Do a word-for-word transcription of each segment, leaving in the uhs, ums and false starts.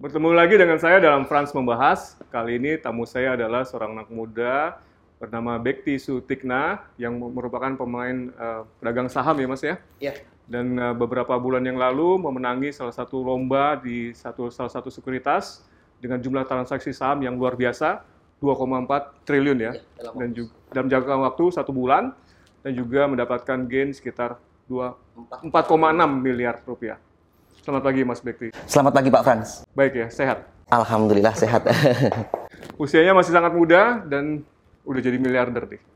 Bertemu lagi dengan saya dalam Frans Membahas. Kali ini tamu saya adalah seorang anak muda bernama Bekti Sutikna yang merupakan pemain uh, pedagang saham ya Mas ya? Iya. Dan uh, beberapa bulan yang lalu memenangi salah satu lomba di satu salah satu sekuritas dengan jumlah transaksi saham yang luar biasa, dua koma empat triliun ya. Ya, dan juga dalam jangka waktu satu bulan dan juga mendapatkan gain sekitar empat koma enam miliar rupiah. Selamat pagi Mas Bekti. Selamat pagi Pak Frans. Baik ya, sehat? Alhamdulillah sehat. Usianya masih sangat muda dan udah jadi miliarder nih.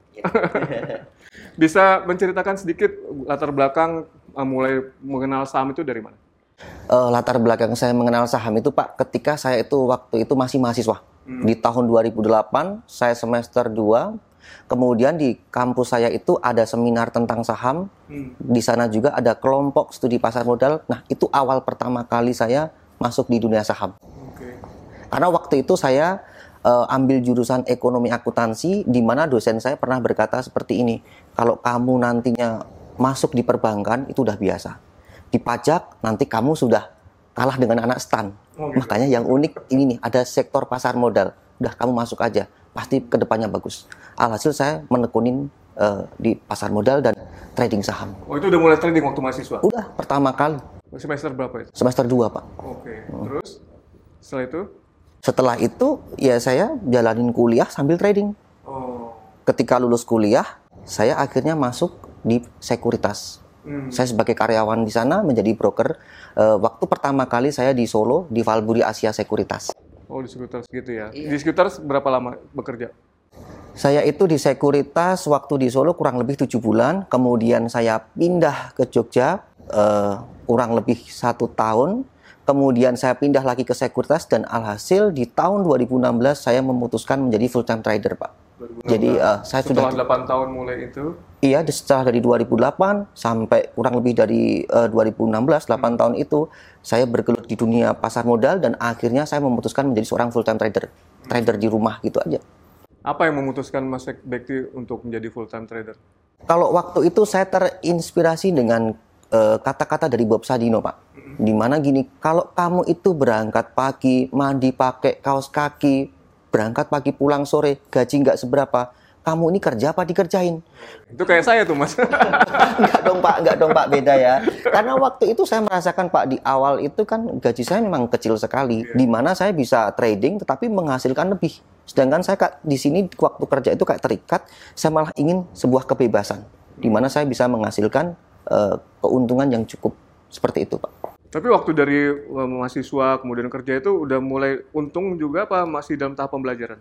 Bisa menceritakan sedikit latar belakang uh, mulai mengenal saham itu dari mana? Uh, latar belakang saya mengenal saham itu Pak, ketika saya itu waktu itu masih mahasiswa. Hmm. Di tahun dua ribu delapan, saya semester dua. Kemudian di kampus saya itu ada seminar tentang saham. Hmm. Di sana juga ada kelompok studi pasar modal. Nah, itu awal pertama kali saya masuk di dunia saham. Okay. Karena waktu itu saya uh, ambil jurusan ekonomi akuntansi, di mana dosen saya pernah berkata seperti ini, kalau kamu nantinya masuk di perbankan, itu udah biasa. Di pajak, nanti kamu sudah kalah dengan anak stan. Oh, gitu. Makanya yang unik ini nih, ada sektor pasar modal. Udah kamu masuk aja, pasti kedepannya bagus. Alhasil saya menekunin uh, di pasar modal dan trading saham. Oh, itu udah mulai trading waktu mahasiswa? Udah, pertama kali. Semester berapa itu? Semester dua, Pak. Oke, hmm. Terus setelah itu? Setelah itu, ya saya jalanin kuliah sambil trading. Oh. Ketika lulus kuliah, saya akhirnya masuk di sekuritas. Hmm. Saya sebagai karyawan di sana menjadi broker. Uh, waktu pertama kali saya di Solo, di Valburi Asia Sekuritas. Oh, di sekuritas gitu ya? Iya. Di sekuritas berapa lama bekerja? Saya itu di sekuritas waktu di Solo kurang lebih tujuh bulan. Kemudian saya pindah ke Jogja uh, kurang lebih satu tahun. Kemudian saya pindah lagi ke sekuritas dan alhasil di tahun dua ribu enam belas saya memutuskan menjadi full time trader, Pak. dua ribu enam belas. Jadi uh, saya setelah sudah delapan tahun mulai itu? Iya, setelah dari dua ribu delapan sampai kurang lebih dari uh, dua ribu enam belas, delapan hmm. tahun itu saya bergelut di dunia pasar modal dan akhirnya saya memutuskan menjadi seorang full time trader. Hmm. Trader di rumah gitu aja. Apa yang memutuskan Mas Bekti untuk menjadi full time trader? Kalau waktu itu saya terinspirasi dengan uh, kata-kata dari Bob Sadino, Pak. Hmm. Dimana gini, kalau kamu itu berangkat pagi, mandi pakai kaos kaki, berangkat pagi pulang sore, gaji nggak seberapa, kamu ini kerja apa dikerjain? Itu kayak saya tuh Mas. Enggak dong Pak, enggak dong Pak, beda ya. Karena waktu itu saya merasakan Pak, di awal itu kan gaji saya memang kecil sekali. Yeah. Di mana saya bisa trading tetapi menghasilkan lebih. Sedangkan saya di sini waktu kerja itu kayak terikat, saya malah ingin sebuah kebebasan. Di mana saya bisa menghasilkan uh, keuntungan yang cukup seperti itu Pak. Tapi waktu dari uh, mahasiswa kemudian kerja itu udah mulai untung juga apa masih dalam tahap pembelajaran?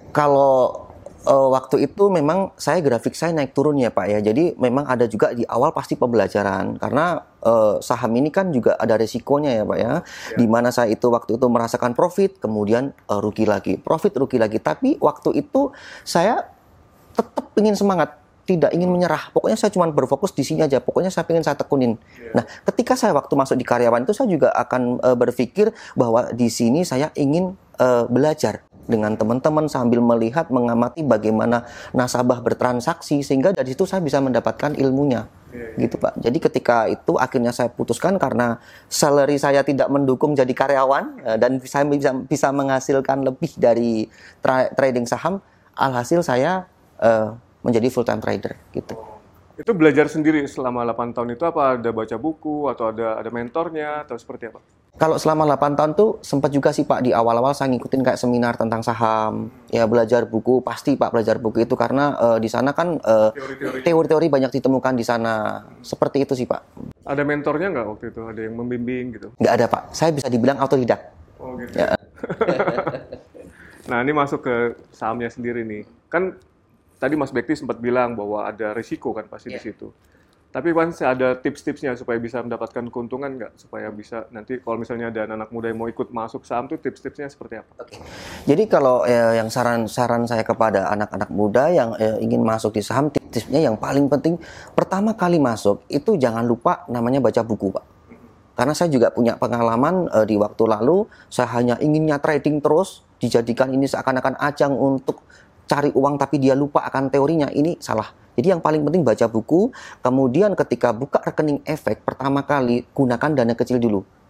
Kalau Uh, waktu itu memang saya grafik saya naik turun ya Pak ya. Jadi memang ada juga di awal pasti pembelajaran. Karena uh, saham ini kan juga ada resikonya ya Pak ya. Ya. Dimana saya itu waktu itu merasakan profit, kemudian uh, rugi lagi. Profit, rugi lagi. Tapi waktu itu saya tetap ingin semangat. Tidak ingin menyerah. Pokoknya saya cuma berfokus di sini aja. Pokoknya saya ingin saya tekunin. Ya. Nah, ketika saya waktu masuk di karyawan itu saya juga akan uh, berpikir bahwa di sini saya ingin uh, belajar dengan teman-teman sambil melihat, mengamati bagaimana nasabah bertransaksi sehingga dari situ saya bisa mendapatkan ilmunya. Yeah, yeah. Gitu Pak. Jadi ketika itu akhirnya saya putuskan karena salary saya tidak mendukung jadi karyawan dan saya bisa bisa menghasilkan lebih dari tra- trading saham, alhasil saya uh, menjadi full time trader gitu. Oh. Itu belajar sendiri selama delapan tahun itu apa ada baca buku atau ada ada mentornya atau seperti apa? Kalau selama delapan tahun tuh sempat juga sih Pak, di awal-awal saya ngikutin kayak seminar tentang saham, ya belajar buku, pasti Pak belajar buku itu karena uh, di sana kan uh, teori-teori. teori-teori banyak ditemukan di sana, seperti itu sih Pak. Ada mentornya nggak waktu itu? Ada yang membimbing gitu? Nggak ada Pak, saya bisa dibilang autodidak. Oh gitu. Ya. Nah ini masuk ke sahamnya sendiri nih, kan tadi Mas Bekti sempat bilang bahwa ada risiko kan pasti yeah. di situ. Tapi kan ada tips-tipsnya supaya bisa mendapatkan keuntungan nggak? Supaya bisa nanti kalau misalnya ada anak muda yang mau ikut masuk saham tuh tips-tipsnya seperti apa? Oke. Jadi kalau eh, yang saran-saran saya kepada anak-anak muda yang eh, ingin masuk di saham, tips-tipsnya yang paling penting pertama kali masuk itu jangan lupa namanya baca buku Pak. Karena saya juga punya pengalaman eh, di waktu lalu saya hanya inginnya trading terus, dijadikan ini seakan-akan ajang untuk cari uang tapi dia lupa akan teorinya, ini salah. Jadi yang paling penting baca buku, kemudian ketika buka rekening efek, pertama kali gunakan dana kecil dulu.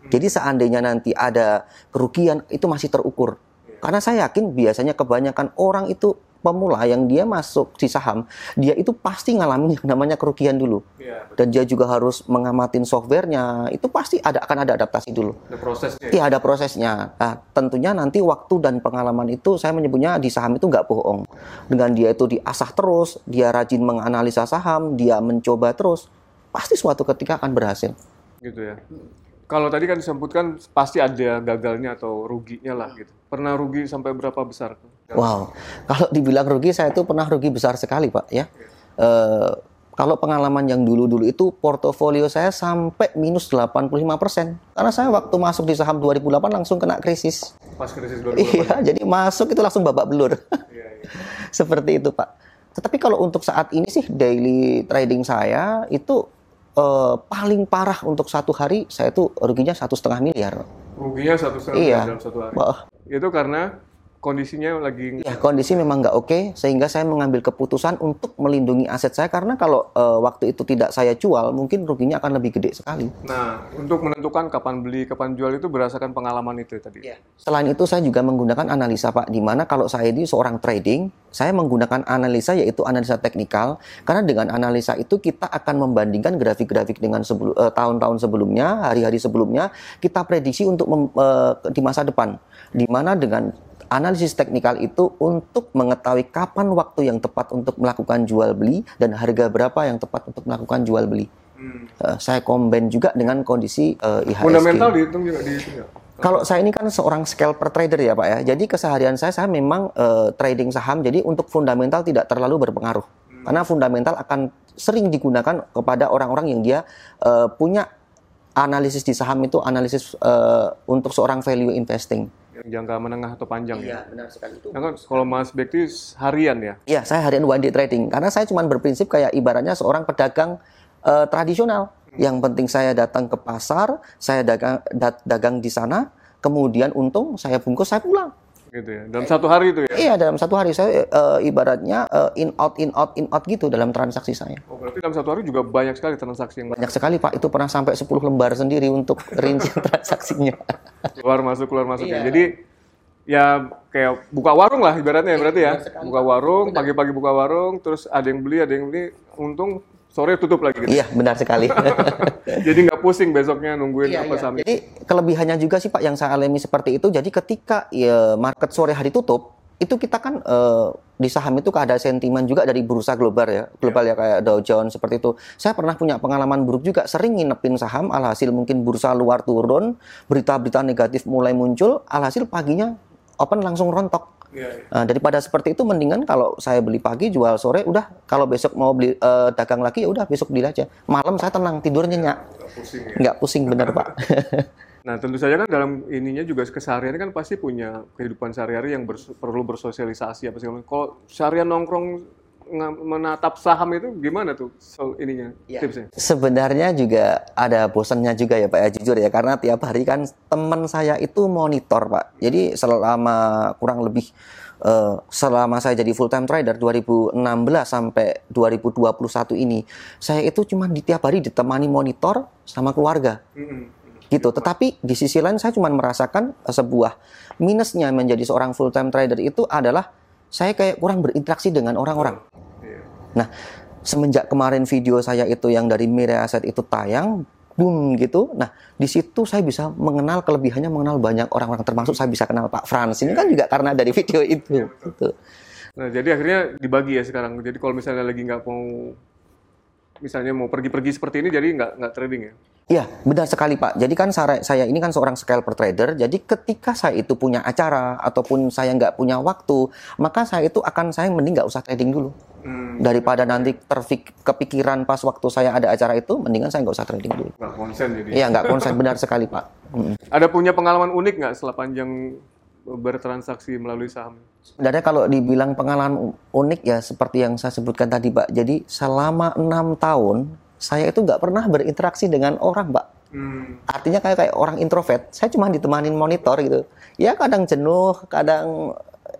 Jadi seandainya nanti ada kerugian itu masih terukur. Karena saya yakin biasanya kebanyakan orang itu pemula yang dia masuk di saham, dia itu pasti ngalamin yang namanya kerugian dulu. Ya, Dan dia juga harus mengamatin softwarenya. Itu pasti ada akan ada adaptasi dulu. ada prosesnya. Iya, ada prosesnya. Nah, tentunya nanti waktu dan pengalaman itu saya menyebutnya di saham itu nggak bohong. Dengan dia itu diasah terus, dia rajin menganalisa saham, dia mencoba terus, pasti suatu ketika akan berhasil. Gitu ya. Kalau tadi kan disebutkan pasti ada gagalnya atau ruginya lah gitu. Pernah rugi sampai berapa besar? Wow, kalau dibilang rugi, saya itu pernah rugi besar sekali, Pak. Ya, eh, kalau pengalaman yang dulu-dulu itu portofolio saya sampai minus delapan puluh lima persen. Karena saya waktu masuk di saham dua ribu delapan langsung kena krisis. Pas krisis dua ribu delapan. Iya, jadi masuk itu langsung babak belur. Iya, iya. Seperti itu, Pak. Tetapi kalau untuk saat ini sih daily trading saya itu eh, paling parah untuk satu hari saya itu ruginya satu setengah miliar. Ruginya satu setengah Iya. dalam satu hari. Wah. Itu karena kondisinya lagi Ya, kondisi memang nggak oke, sehingga saya mengambil keputusan untuk melindungi aset saya, karena kalau eh, waktu itu tidak saya jual, mungkin ruginya akan lebih gede sekali. Nah, untuk menentukan kapan beli, kapan jual itu berdasarkan pengalaman itu tadi. Selain itu, saya juga menggunakan analisa, Pak, di mana kalau saya ini seorang trading, saya menggunakan analisa, yaitu analisa teknikal, karena dengan analisa itu kita akan membandingkan grafik-grafik dengan sebelum, eh, tahun-tahun sebelumnya, hari-hari sebelumnya, kita prediksi untuk mem- eh, di masa depan, di mana dengan analisis teknikal itu untuk mengetahui kapan waktu yang tepat untuk melakukan jual beli dan harga berapa yang tepat untuk melakukan jual beli. Hmm. Uh, saya combine juga dengan kondisi uh, I H S G. Fundamental dihitung juga dihitung ya? Kalau saya ini kan seorang scalper trader ya, Pak ya. Jadi keseharian saya saya memang uh, trading saham. Jadi untuk fundamental tidak terlalu berpengaruh. Hmm. Karena fundamental akan sering digunakan kepada orang-orang yang dia uh, punya analisis di saham itu analisis uh, untuk seorang value investing. Yang jangka menengah atau panjang ya? Iya, benar sekali itu. Nah, kan kalau Mas Bekti harian ya? Iya, saya harian one day trading. Karena saya cuma berprinsip kayak ibaratnya seorang pedagang uh, tradisional. Hmm. Yang penting saya datang ke pasar, saya dagang, dat, dagang di sana, kemudian untung, saya bungkus, saya pulang. Gitu ya? Dalam satu hari itu ya? Iya, dalam satu hari saya uh, ibaratnya uh, in out, in out, in out gitu dalam transaksi saya. Oh, berarti dalam satu hari juga banyak sekali transaksi yang Banyak sekali, Pak. Itu pernah sampai sepuluh lembar sendiri untuk rincian transaksinya. keluar masuk keluar masuk Iya. ya. Jadi ya kayak buka warung lah ibaratnya ya, berarti ya. benar sekali, Buka Pak. warung, Benar. pagi-pagi buka warung, terus ada yang beli, ada yang beli, untung sore tutup lagi gitu. Iya, benar sekali. Jadi nggak pusing besoknya nungguin Iya, apa iya. saham. Jadi kelebihannya juga sih, Pak, yang saya alami seperti itu. Jadi ketika ya, market sore hari tutup, itu kita kan eh, di saham itu ada sentimen juga dari bursa global ya, global ya kayak Dow Jones seperti itu. Saya pernah punya pengalaman buruk juga, sering nginepin saham, alhasil mungkin bursa luar turun, berita-berita negatif mulai muncul, alhasil paginya open langsung rontok. Iya, iya. Nah, daripada seperti itu mendingan kalau saya beli pagi jual sore, udah kalau besok mau beli eh, dagang lagi ya udah besok beli aja. Malam saya tenang, tidur nyenyak. Nggak pusing ya. Nggak pusing bener, Pak. Nah, tentu saja kan dalam ininya juga keseharian kan pasti punya kehidupan sehari-hari yang bers- perlu bersosialisasi apa segala macam. Kalau seharian nongkrong nga- menatap saham itu gimana tuh so, ininya tipsnya? Sebenarnya juga ada bosannya juga ya, Pak ya, jujur ya, karena tiap hari kan teman saya itu monitor, Pak. Jadi selama kurang lebih eh, selama saya jadi full time trader dua ribu enam belas sampai dua ribu dua puluh satu ini, saya itu cuma di tiap hari ditemani monitor sama keluarga. Mm-mm. Gitu. Tetapi di sisi lain saya cuma merasakan uh, sebuah minusnya menjadi seorang full time trader itu adalah saya kayak kurang berinteraksi dengan orang-orang. Iya. Nah, semenjak kemarin video saya itu yang dari Mirai Asset itu tayang, boom gitu. Nah, di situ saya bisa mengenal kelebihannya, mengenal banyak orang-orang, termasuk saya bisa kenal Pak Frans. Ini kan juga karena dari video itu. Gitu. Nah, jadi akhirnya dibagi ya sekarang. Jadi kalau misalnya lagi nggak mau, misalnya mau pergi-pergi seperti ini, jadi nggak nggak trading ya? Iya, benar sekali, Pak. Jadi kan saya, saya ini kan seorang scalper trader. Jadi ketika saya itu punya acara ataupun saya nggak punya waktu, maka saya itu akan saya mending nggak usah trading dulu. Hmm, Daripada nanti terfik kepikiran pas waktu saya ada acara itu, mendingan saya nggak usah trading dulu. nggak konsen jadi. Iya, nggak konsen, benar sekali, Pak. Mm. Ada punya pengalaman unik nggak setelah panjang bertransaksi melalui saham? Sebenarnya kalau dibilang pengalaman unik ya seperti yang saya sebutkan tadi, Pak. Jadi selama enam tahun saya itu nggak pernah berinteraksi dengan orang, Pak. Hmm. Artinya kayak kayak orang introvert. Saya cuma ditemanin monitor gitu. Ya kadang jenuh, kadang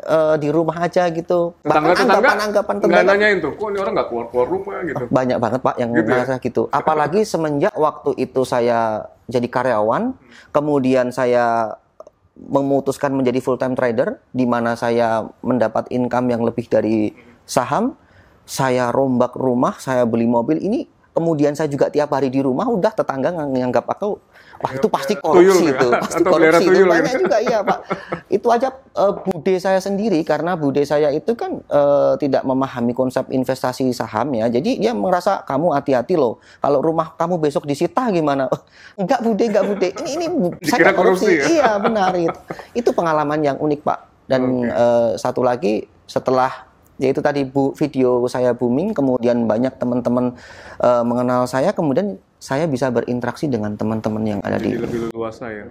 eh, di rumah aja gitu. Bahkan Tetangga-tetangga anggapan-anggapan nggak tetangga nanyain tuh, kok ini orang nggak keluar-keluar rumah gitu. banyak banget Pak yang Gitu ya? ngerasa gitu. Apalagi semenjak waktu itu saya jadi karyawan, kemudian saya memutuskan menjadi full time trader, di mana saya mendapat income yang lebih dari saham, saya rombak rumah, saya beli mobil ini, kemudian saya juga tiap hari di rumah, udah tetangga nganggap aku, wah itu pasti korupsi tuyul, itu, ya? pasti Atau pelihara korupsi itu tuyul banyak gitu. juga iya Pak. Itu aja eh, bude saya sendiri, karena bude saya itu kan eh, tidak memahami konsep investasi saham ya, jadi dia merasa kamu hati-hati loh, kalau rumah kamu besok disita gimana? Oh, enggak bude, enggak bude, ini ini saya Dikira nggak korupsi, korupsi, ya? iya benar itu. Itu pengalaman yang unik Pak. Dan Oke. eh, satu lagi setelah yaitu tadi bu, video saya booming, kemudian banyak teman-teman eh, mengenal saya, kemudian saya bisa berinteraksi dengan teman-teman yang ada Jadi di lebih leluasa ya.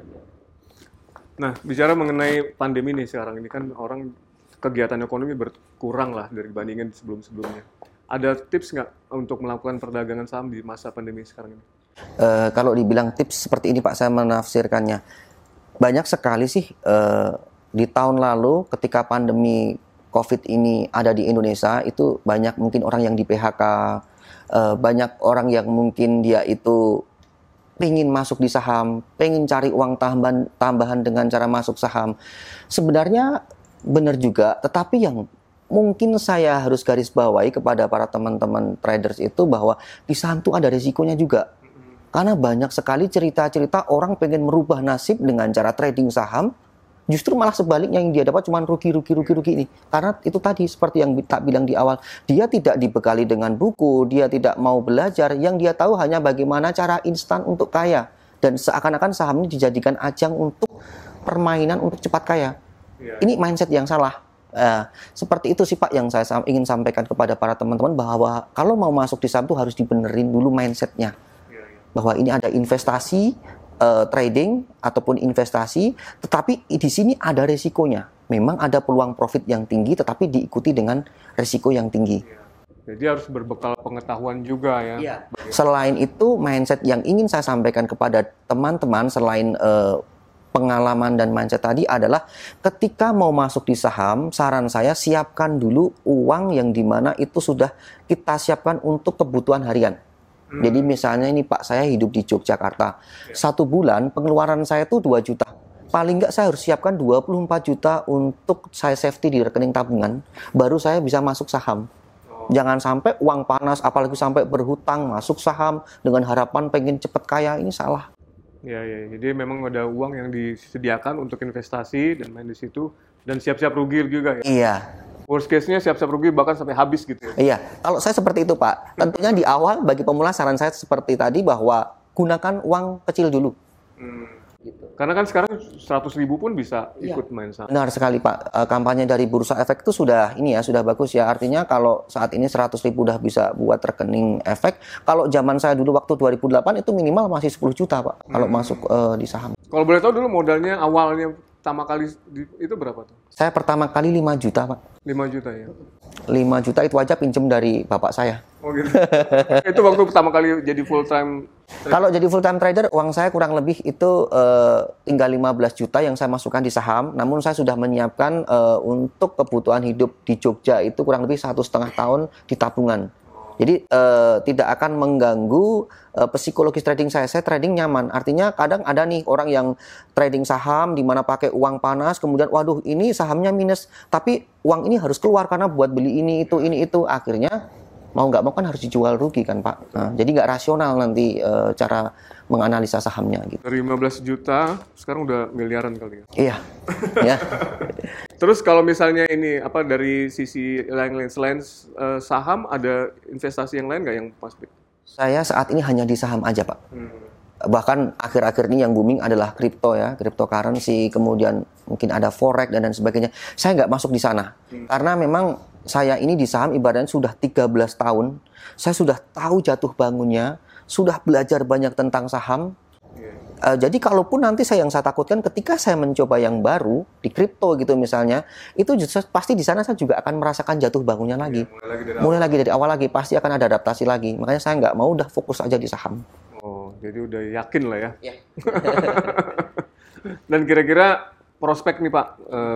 Nah, bicara mengenai pandemi nih sekarang ini kan orang kegiatan ekonomi berkurang lah dari dibandingin sebelum-sebelumnya. Ada tips nggak untuk melakukan perdagangan saham di masa pandemi sekarang ini? Eh, kalau dibilang tips seperti ini Pak, saya menafsirkannya banyak sekali sih. Eh, di tahun lalu ketika pandemi COVID ini ada di Indonesia, itu banyak mungkin orang yang di P H K, eh, banyak orang yang mungkin dia itu pengen masuk di saham, pengen cari uang tambahan, tambahan dengan cara masuk saham. Sebenarnya benar juga, tetapi yang mungkin saya harus garis bawahi kepada para teman-teman traders itu bahwa di saham itu ada risikonya juga. Karena banyak sekali cerita-cerita orang pengen merubah nasib dengan cara trading saham, justru malah sebaliknya yang dia dapat cuma rugi, rugi, rugi, rugi ini. Karena itu tadi seperti yang tak bilang di awal, dia tidak dibekali dengan buku, dia tidak mau belajar, yang dia tahu hanya bagaimana cara instan untuk kaya. Dan seakan-akan saham ini dijadikan ajang untuk permainan untuk cepat kaya. Ya, Ini mindset yang salah. Uh, seperti itu sih Pak yang saya sam- ingin sampaikan kepada para teman-teman, bahwa kalau mau masuk di saham itu harus dibenerin dulu mindsetnya. ya, ya. Bahwa ini ada investasi, uh, trading ataupun investasi, tetapi di sini ada resikonya. Memang ada peluang profit yang tinggi, tetapi diikuti dengan resiko yang tinggi. Ya. Jadi harus berbekal pengetahuan juga ya. Selain itu, mindset yang ingin saya sampaikan kepada teman-teman selain uh, pengalaman dan mindset tadi adalah ketika mau masuk di saham, saran saya siapkan dulu uang yang dimana itu sudah kita siapkan untuk kebutuhan harian. Hmm. Jadi misalnya ini Pak, saya hidup di Yogyakarta, ya. Satu bulan pengeluaran saya itu dua juta. Paling nggak saya harus siapkan dua puluh empat juta untuk saya safety di rekening tabungan, baru saya bisa masuk saham. Oh. Jangan sampai uang panas, apalagi sampai berhutang masuk saham dengan harapan pengen cepet kaya, ini salah. Ya, ya, jadi memang ada uang yang disediakan untuk investasi dan main di situ, dan siap-siap rugi juga ya. Iya. Worst case-nya siap-siap rugi bahkan sampai habis gitu ya. Iya, kalau saya seperti itu Pak. Tentunya di awal bagi pemula saran saya seperti tadi, bahwa gunakan uang kecil dulu. Hmm. Karena kan sekarang seratus ribu pun bisa ikut Iya. main saham. Benar sekali Pak. E, kampanye dari Bursa Efek itu sudah ini ya, sudah bagus ya. Artinya kalau saat ini seratus ribu udah bisa buat rekening efek. Kalau zaman saya dulu waktu dua ribu delapan itu minimal masih sepuluh juta Pak, kalau Hmm. masuk e, di saham. Kalau boleh tahu dulu modalnya awalnya pertama kali di- itu berapa tuh? Saya pertama kali lima juta Pak. lima juta ya? lima juta itu aja pinjem dari bapak saya. Oh gitu. Itu waktu pertama kali jadi full time. Kalau jadi full time trader, uang saya kurang lebih itu uh, tinggal lima belas juta yang saya masukkan di saham. Namun saya sudah menyiapkan uh, untuk kebutuhan hidup di Jogja itu kurang lebih satu setengah tahun di tabungan. Jadi uh, tidak akan mengganggu uh, psikologis trading saya. Saya trading nyaman. Artinya kadang ada nih orang yang trading saham di mana pakai uang panas, kemudian waduh ini sahamnya minus, tapi uang ini harus keluar karena buat beli ini itu ini itu. Akhirnya mau nggak mau kan harus dijual rugi kan Pak. Nah, jadi nggak rasional nanti uh, cara menganalisa sahamnya gitu. Dari lima belas juta sekarang udah miliaran kali ya. Iya. Ya. Terus kalau misalnya ini apa dari sisi lain-lain selain uh, saham ada investasi yang lain nggak yang pas? Saya saat ini hanya di saham aja Pak. Hmm. Bahkan akhir-akhir ini yang booming adalah kripto ya, cryptocurrency, kemudian mungkin ada forex dan lain sebagainya. Saya nggak masuk di sana. Hmm. Karena memang saya ini di saham ibaratnya sudah tiga belas tahun. Saya sudah tahu jatuh bangunnya, sudah belajar banyak tentang saham. Uh, jadi kalaupun nanti saya yang saya takutkan ketika saya mencoba yang baru di kripto gitu misalnya, itu just, pasti di sana saya juga akan merasakan jatuh bangunnya lagi. Ya, mulai lagi dari mulai awal. lagi dari awal lagi, pasti akan ada adaptasi lagi. Makanya saya nggak mau, udah fokus aja di saham. Oh, jadi udah yakin lah ya. Ya. Dan kira-kira prospek nih Pak, uh,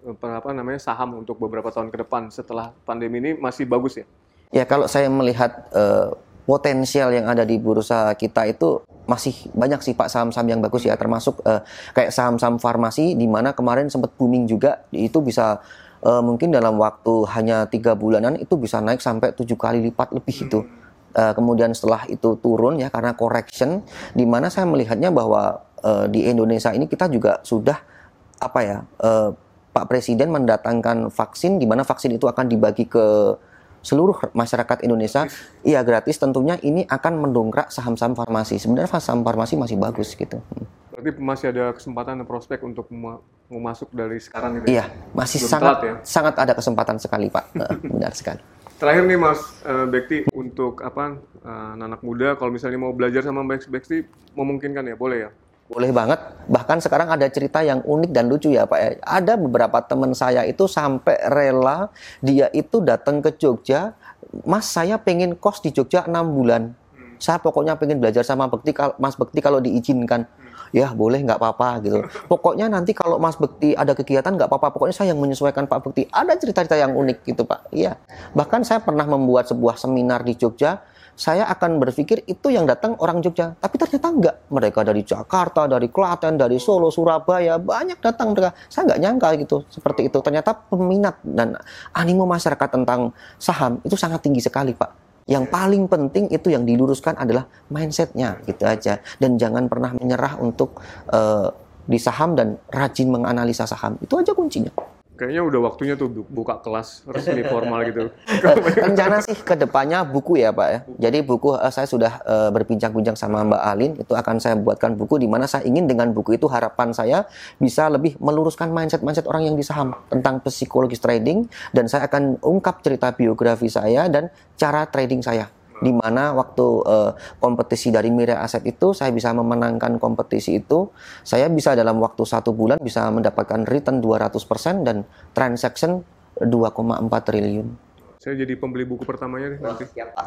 apa namanya saham untuk beberapa tahun ke depan setelah pandemi ini masih bagus ya? Ya, kalau saya melihat uh, potensial yang ada di bursa kita itu masih banyak sih Pak saham-saham yang bagus ya, termasuk uh, kayak saham-saham farmasi di mana kemarin sempat booming juga, itu bisa uh, mungkin dalam waktu hanya tiga bulanan itu bisa naik sampai tujuh kali lipat lebih itu. Uh, kemudian setelah itu turun ya karena correction, di mana saya melihatnya bahwa uh, di Indonesia ini kita juga sudah apa ya, uh, Pak Presiden mendatangkan vaksin, di mana vaksin itu akan dibagi ke seluruh masyarakat Indonesia. Iya, gratis tentunya. Ini akan mendongkrak saham-saham farmasi. Sebenarnya saham farmasi masih bagus gitu. Berarti masih ada kesempatan dan prospek untuk mau masuk dari sekarang gitu? Iya, masih Belum sangat telat, ya? sangat ada kesempatan sekali Pak. Benar sekali. Terakhir nih Mas uh, Bekti, untuk apa uh, anak muda kalau misalnya mau belajar sama Mas Bekti memungkinkan ya, boleh ya? Boleh banget. Bahkan sekarang ada cerita yang unik dan lucu ya Pak ya. Ada beberapa teman saya itu sampai rela dia itu datang ke Jogja, Mas saya pengen kos di Jogja enam bulan. Hmm. Saya pokoknya pengen belajar sama Bekti, Mas Bekti kalau diizinkan. Hmm. Ya boleh, nggak apa-apa gitu. Pokoknya nanti kalau Mas Bekti ada kegiatan nggak apa-apa. Pokoknya saya yang menyesuaikan Pak Bekti. Ada cerita-cerita yang unik gitu Pak. Iya. Bahkan saya pernah membuat sebuah seminar di Jogja. Saya akan berpikir itu yang datang orang Jogja, tapi ternyata enggak. Mereka dari Jakarta, dari Klaten, dari Solo, Surabaya, banyak datang mereka. Saya nggak nyangka gitu, seperti itu. Ternyata peminat dan animo masyarakat tentang saham itu sangat tinggi sekali, Pak. Yang paling penting itu yang diluruskan adalah mindset-nya, gitu aja. Dan jangan pernah menyerah untuk uh, di saham dan rajin menganalisa saham. Itu aja kuncinya. Kayaknya udah waktunya tuh buka kelas resmi formal gitu. Rencana sih ke depannya buku ya Pak ya. Jadi buku uh, saya sudah uh, berbincang-bincang sama Mbak Alin, itu akan saya buatkan buku di mana saya ingin dengan buku itu harapan saya bisa lebih meluruskan mindset-mindset orang yang di saham tentang psikologis trading, dan saya akan ungkap cerita biografi saya dan cara trading saya. Di mana waktu uh, kompetisi dari Mirae Asset itu saya bisa memenangkan kompetisi itu, saya bisa dalam waktu satu bulan bisa mendapatkan return dua ratus persen dan transaction dua koma empat triliun. Saya jadi pembeli buku pertamanya nih nanti. Siap, Pak.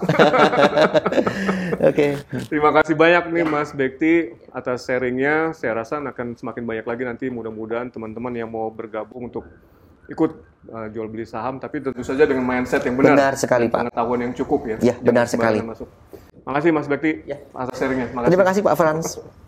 Oke. Terima kasih banyak nih Mas Bekti atas sharingnya. Saya rasa akan semakin banyak lagi nanti, mudah-mudahan teman-teman yang mau bergabung untuk ikut uh, jual beli saham, tapi tentu saja dengan mindset yang benar. Benar sekali Pak. Pengetahuan yang cukup ya. Ya, benar sekali. Masuk. Makasih Mas Bekti ya. Atas sharingnya. Terima kasih Pak Frans.